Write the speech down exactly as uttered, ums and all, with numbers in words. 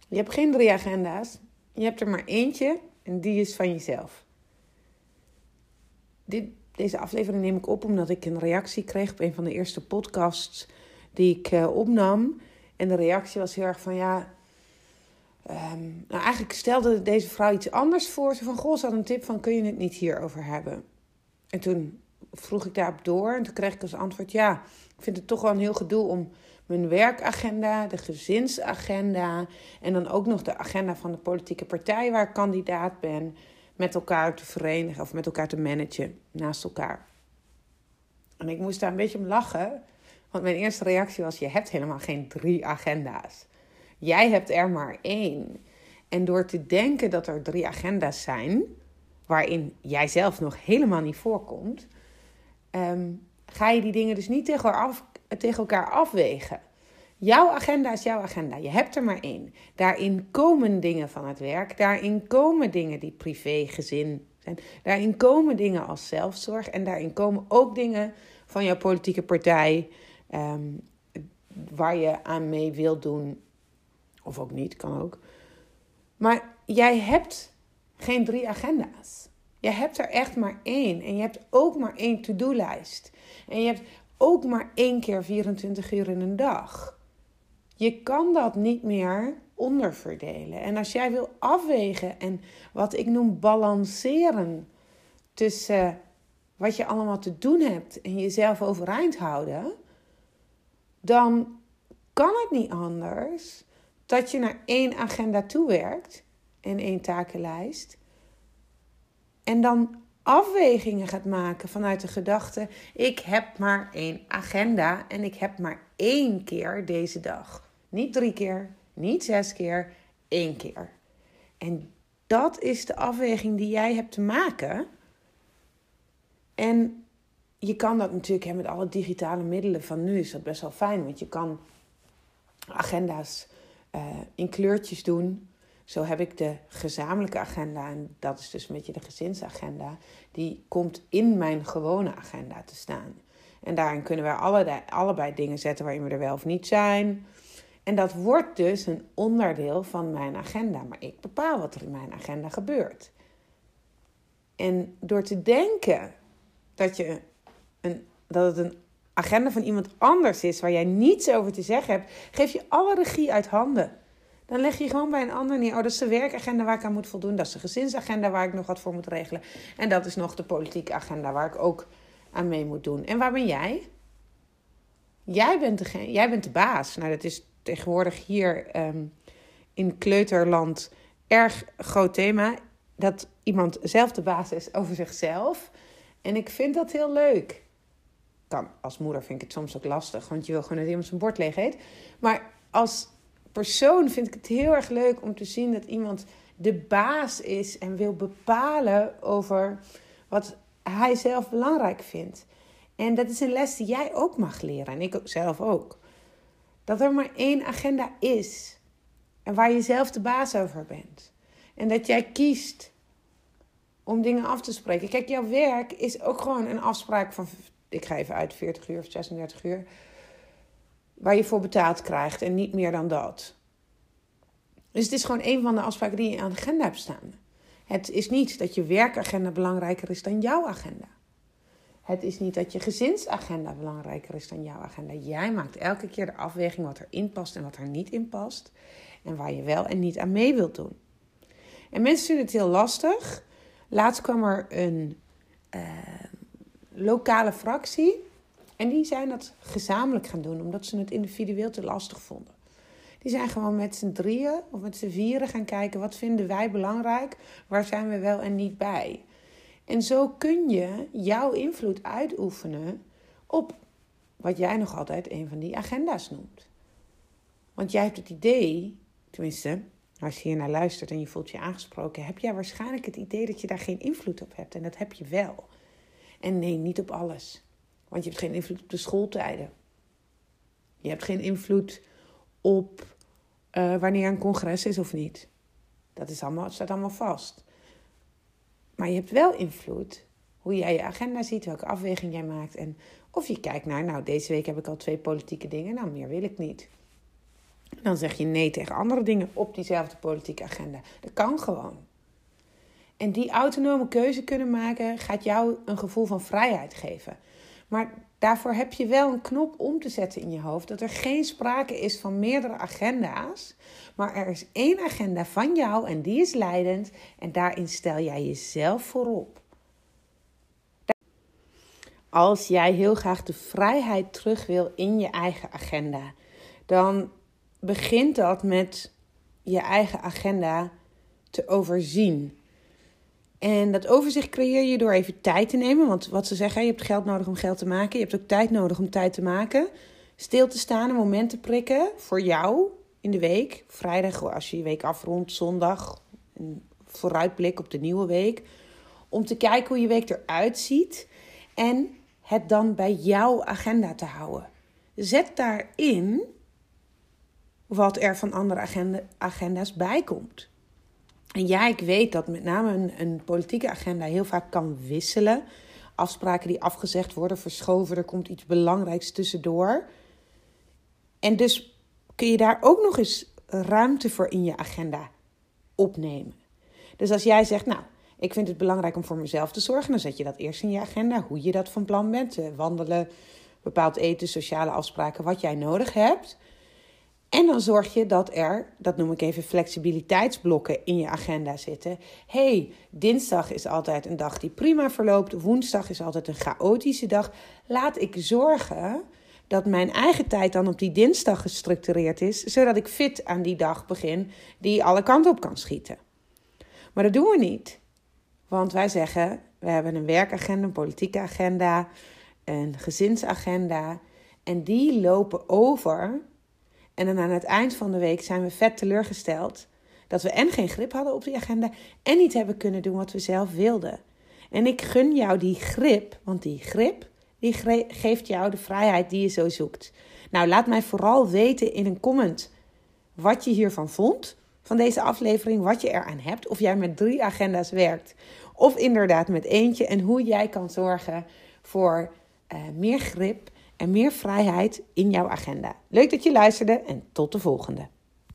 Je hebt geen drie agenda's. Je hebt er maar eentje en die is van jezelf. Dit, deze aflevering neem ik op omdat ik een reactie kreeg op een van de eerste podcasts die ik uh, opnam. En de reactie was heel erg van ja... Um, nou eigenlijk stelde deze vrouw iets anders voor. Ze van, goh, ze had een tip van, kun je het niet hierover hebben? En toen vroeg ik daarop door en toen kreeg ik als antwoord... ja, ik vind het toch wel een heel gedoe om mijn werkagenda, de gezinsagenda... en dan ook nog de agenda van de politieke partij waar ik kandidaat ben... met elkaar te verenigen of met elkaar te managen naast elkaar. En ik moest daar een beetje om lachen, want mijn eerste reactie was... je hebt helemaal geen drie agenda's. Jij hebt er maar één. En door te denken dat er drie agenda's zijn... waarin jij zelf nog helemaal niet voorkomt... Um, ga je die dingen dus niet tegen elkaar, af, tegen elkaar afwegen. Jouw agenda is jouw agenda. Je hebt er maar één. Daarin komen dingen van het werk. Daarin komen dingen die privé, gezin zijn. Daarin komen dingen als zelfzorg. En daarin komen ook dingen van jouw politieke partij... Um, waar je aan mee wilt doen... Of ook niet, kan ook. Maar jij hebt geen drie agenda's. Je hebt er echt maar één. En je hebt ook maar één to-do-lijst. En je hebt ook maar één keer vierentwintig uur in een dag. Je kan dat niet meer onderverdelen. En als jij wil afwegen en wat ik noem balanceren... tussen wat je allemaal te doen hebt en jezelf overeind houden... dan kan het niet anders... dat je naar één agenda toewerkt en één takenlijst. En dan afwegingen gaat maken vanuit de gedachte... ik heb maar één agenda en ik heb maar één keer deze dag. Niet drie keer, niet zes keer, één keer. En dat is de afweging die jij hebt te maken. En je kan dat natuurlijk hebben met alle digitale middelen van nu. Is dat best wel fijn, want je kan agenda's... Uh, in kleurtjes doen. Zo heb ik de gezamenlijke agenda. En dat is dus een beetje de gezinsagenda. Die komt in mijn gewone agenda te staan. En daarin kunnen we allebei, allebei dingen zetten waarin we er wel of niet zijn. En dat wordt dus een onderdeel van mijn agenda. Maar ik bepaal wat er in mijn agenda gebeurt. En door te denken dat, je een, dat het een agenda van iemand anders is... waar jij niets over te zeggen hebt... geef je alle regie uit handen. Dan leg je gewoon bij een ander neer... oh, dat is de werkagenda waar ik aan moet voldoen. Dat is de gezinsagenda waar ik nog wat voor moet regelen. En dat is nog de politieke agenda waar ik ook aan mee moet doen. En waar ben jij? Jij bent de, jij bent de baas. Nou, dat is tegenwoordig hier um, in kleuterland erg groot thema... dat iemand zelf de baas is over zichzelf. En ik vind dat heel leuk... Kan. Als moeder vind ik het soms ook lastig, want je wil gewoon dat iemand zijn bord leeg eet. Maar als persoon vind ik het heel erg leuk om te zien dat iemand de baas is en wil bepalen over wat hij zelf belangrijk vindt. En dat is een les die jij ook mag leren, en ik zelf ook. Dat er maar één agenda is en waar je zelf de baas over bent. En dat jij kiest om dingen af te spreken. Kijk, jouw werk is ook gewoon een afspraak van... ik ga even uit veertig uur of zesendertig uur... waar je voor betaald krijgt en niet meer dan dat. Dus het is gewoon een van de afspraken die je aan de agenda hebt staan. Het is niet dat je werkagenda belangrijker is dan jouw agenda. Het is niet dat je gezinsagenda belangrijker is dan jouw agenda. Jij maakt elke keer de afweging wat erin past en wat er niet in past. En waar je wel en niet aan mee wilt doen. En mensen vinden het heel lastig. Laatst kwam er een... Uh, lokale fractie. En die zijn dat gezamenlijk gaan doen. Omdat ze het individueel te lastig vonden. Die zijn gewoon met z'n drieën of met z'n vieren gaan kijken. Wat vinden wij belangrijk? Waar zijn we wel en niet bij? En zo kun je jouw invloed uitoefenen op wat jij nog altijd een van die agenda's noemt. Want jij hebt het idee, tenminste, als je hier naar luistert en je voelt je aangesproken, heb jij waarschijnlijk het idee dat je daar geen invloed op hebt. En dat heb je wel. En nee, niet op alles. Want je hebt geen invloed op de schooltijden. Je hebt geen invloed op uh, wanneer een congres is of niet. Dat is allemaal, staat allemaal vast. Maar je hebt wel invloed hoe jij je agenda ziet, welke afweging jij maakt. En of je kijkt naar, nou, deze week heb ik al twee politieke dingen. Nou, meer wil ik niet. Dan zeg je nee tegen andere dingen op diezelfde politieke agenda. Dat kan gewoon. En die autonome keuze kunnen maken gaat jou een gevoel van vrijheid geven. Maar daarvoor heb je wel een knop om te zetten in je hoofd. Dat er geen sprake is van meerdere agenda's. Maar er is één agenda van jou en die is leidend. En daarin stel jij jezelf voorop. Als jij heel graag de vrijheid terug wil in je eigen agenda, dan begint dat met je eigen agenda te overzien. En dat overzicht creëer je door even tijd te nemen. Want wat ze zeggen, je hebt geld nodig om geld te maken. Je hebt ook tijd nodig om tijd te maken. Stil te staan, een moment te prikken voor jou in de week. Vrijdag, als je je week afrondt, zondag. Een vooruitblik op de nieuwe week. Om te kijken hoe je week eruit ziet. En het dan bij jouw agenda te houden. Zet daarin wat er van andere agenda, agenda's bij komt. En ja, ik weet dat met name een, een politieke agenda heel vaak kan wisselen. Afspraken die afgezegd worden, verschoven, er komt iets belangrijks tussendoor. En dus kun je daar ook nog eens ruimte voor in je agenda opnemen. Dus als jij zegt, nou, ik vind het belangrijk om voor mezelf te zorgen, dan zet je dat eerst in je agenda, hoe je dat van plan bent. Wandelen, bepaald eten, sociale afspraken, wat jij nodig hebt. En dan zorg je dat er, dat noem ik even flexibiliteitsblokken in je agenda zitten. hey, dinsdag is altijd een dag die prima verloopt. Woensdag is altijd een chaotische dag. Laat ik zorgen dat mijn eigen tijd dan op die dinsdag gestructureerd is, zodat ik fit aan die dag begin die alle kanten op kan schieten. Maar dat doen we niet. Want wij zeggen, we hebben een werkagenda, een politieke agenda, een gezinsagenda. En die lopen over. En dan aan het eind van de week zijn we vet teleurgesteld dat we en geen grip hadden op die agenda en niet hebben kunnen doen wat we zelf wilden. En ik gun jou die grip, want die grip die geeft jou de vrijheid die je zo zoekt. Nou, laat mij vooral weten in een comment wat je hiervan vond, van deze aflevering, wat je eraan hebt. Of jij met drie agenda's werkt of inderdaad met eentje en hoe jij kan zorgen voor uh, meer grip en meer vrijheid in jouw agenda. Leuk dat je luisterde en tot de volgende.